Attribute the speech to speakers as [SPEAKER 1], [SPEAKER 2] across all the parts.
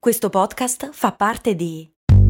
[SPEAKER 1] Questo podcast fa parte di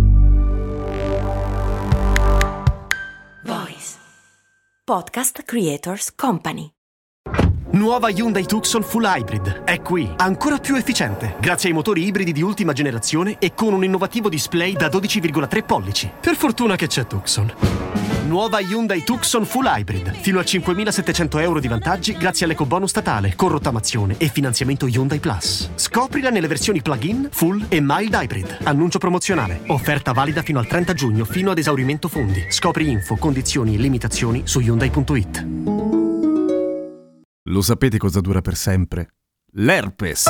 [SPEAKER 1] Voice Podcast Creators Company.
[SPEAKER 2] Nuova Hyundai Tucson Full Hybrid è qui, ancora più efficiente, grazie ai motori ibridi di ultima generazione e con un innovativo display da 12,3 pollici. Per fortuna che c'è Tucson. Nuova Hyundai Tucson Full Hybrid, fino a 5.700 euro di vantaggi grazie all'ecobonus statale, con rottamazione e finanziamento Hyundai Plus. Scoprila nelle versioni plug-in, full e mild hybrid. Annuncio promozionale. Offerta valida fino al 30 giugno, fino ad esaurimento fondi. Scopri info, condizioni e limitazioni su Hyundai.it.
[SPEAKER 3] Lo sapete cosa dura per sempre? L'herpes!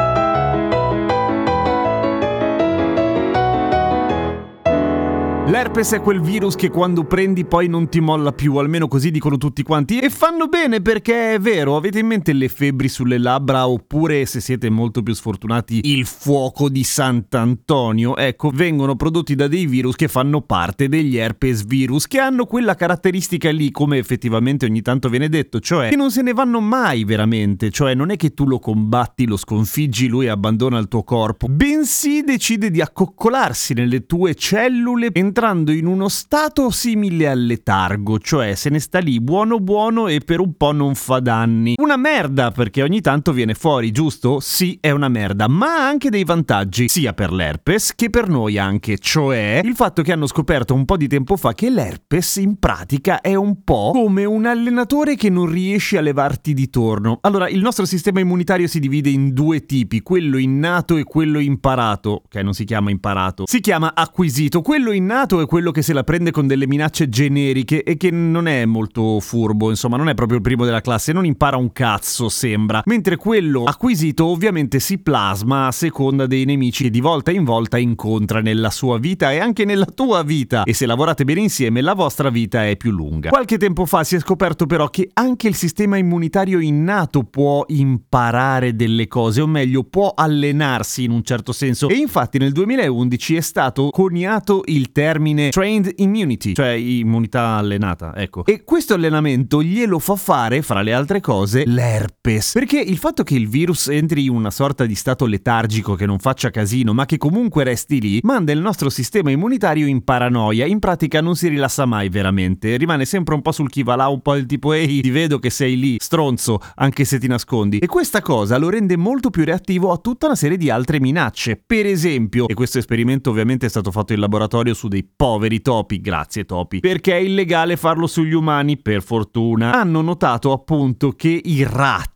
[SPEAKER 3] L'herpes è quel virus che quando prendi poi non ti molla più, almeno così dicono tutti quanti, e fanno bene perché è vero. Avete in mente le febbri sulle labbra oppure, se siete molto più sfortunati, il fuoco di Sant'Antonio? Ecco, vengono prodotti da dei virus che fanno parte degli herpes virus, che hanno quella caratteristica lì, come effettivamente ogni tanto viene detto, cioè che non se ne vanno mai veramente, cioè non è che tu lo combatti, lo sconfiggi, lui abbandona il tuo corpo, bensì decide di accoccolarsi nelle tue cellule entrando in uno stato simile al letargo, cioè se ne sta lì buono buono e per un po' non fa danni. Una merda, perché ogni tanto viene fuori, giusto? Sì, è una merda, ma ha anche dei vantaggi, sia per l'herpes che per noi anche, cioè il fatto che hanno scoperto un po' di tempo fa che l'herpes in pratica è un po' come un allenatore che non riesce a levarti di torno. Allora, il nostro sistema immunitario si divide in due tipi, quello innato e quello imparato, che non si chiama imparato, si chiama acquisito. Quello innato è quello che se la prende con delle minacce generiche e che non è molto furbo, insomma non è proprio il primo della classe, non impara un cazzo sembra, mentre quello acquisito ovviamente si plasma a seconda dei nemici che di volta in volta incontra nella sua vita e anche nella tua vita, e se lavorate bene insieme la vostra vita è più lunga. Qualche tempo fa si è scoperto però che anche il sistema immunitario innato può imparare delle cose, o meglio può allenarsi in un certo senso, e infatti nel 2011 è stato coniato il termine trained immunity, cioè immunità allenata, ecco. E questo allenamento glielo fa fare, fra le altre cose, l'herpes. Perché il fatto che il virus entri in una sorta di stato letargico, che non faccia casino, ma che comunque resti lì, manda il nostro sistema immunitario in paranoia. In pratica non si rilassa mai veramente, rimane sempre un po' sul chi va là, un po' del tipo ehi, ti vedo che sei lì, stronzo, anche se ti nascondi. E questa cosa lo rende molto più reattivo a tutta una serie di altre minacce. Per esempio, e questo esperimento ovviamente è stato fatto in laboratorio su dei poveri topi, grazie topi, perché è illegale farlo sugli umani, per fortuna. Hanno notato appunto che i ratti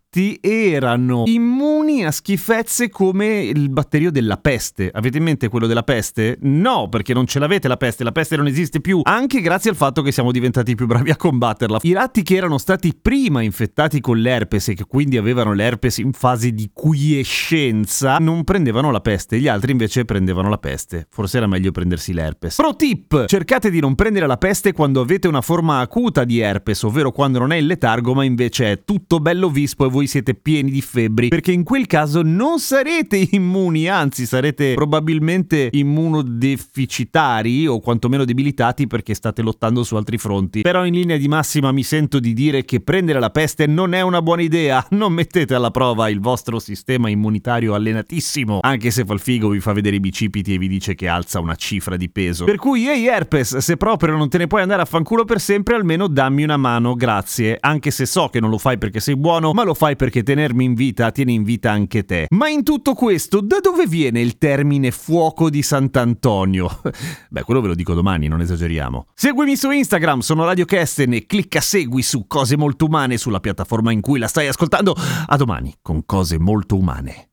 [SPEAKER 3] erano immuni a schifezze come il batterio della peste. Avete in mente quello della peste? No, perché non ce l'avete la peste non esiste più, anche grazie al fatto che siamo diventati più bravi a combatterla. I ratti che erano stati prima infettati con l'herpes e che quindi avevano l'herpes in fase di quiescenza non prendevano la peste, gli altri invece prendevano la peste. Forse era meglio prendersi l'herpes. Pro tip: cercate di non prendere la peste quando avete una forma acuta di herpes, ovvero quando non è il letargo ma invece è tutto bello vispo e voi siete pieni di febbri, perché in quel caso non sarete immuni, anzi sarete probabilmente immunodeficitari o quantomeno debilitati perché state lottando su altri fronti. Però in linea di massima mi sento di dire che prendere la peste non è una buona idea. Non mettete alla prova il vostro sistema immunitario allenatissimo, anche se fa il figo, vi fa vedere i bicipiti e vi dice che alza una cifra di peso. Per cui ehi herpes, se proprio non te ne puoi andare a fanculo per sempre, almeno dammi una mano, grazie, anche se so che non lo fai perché sei buono, ma lo fai perché tenermi in vita tiene in vita anche te. Ma in tutto questo, da dove viene il termine fuoco di Sant'Antonio? Beh, quello ve lo dico domani, non esageriamo. Seguimi su Instagram, sono Radio Kesten, e clicca segui su Cose Molto Umane sulla piattaforma in cui la stai ascoltando. A domani con Cose Molto Umane.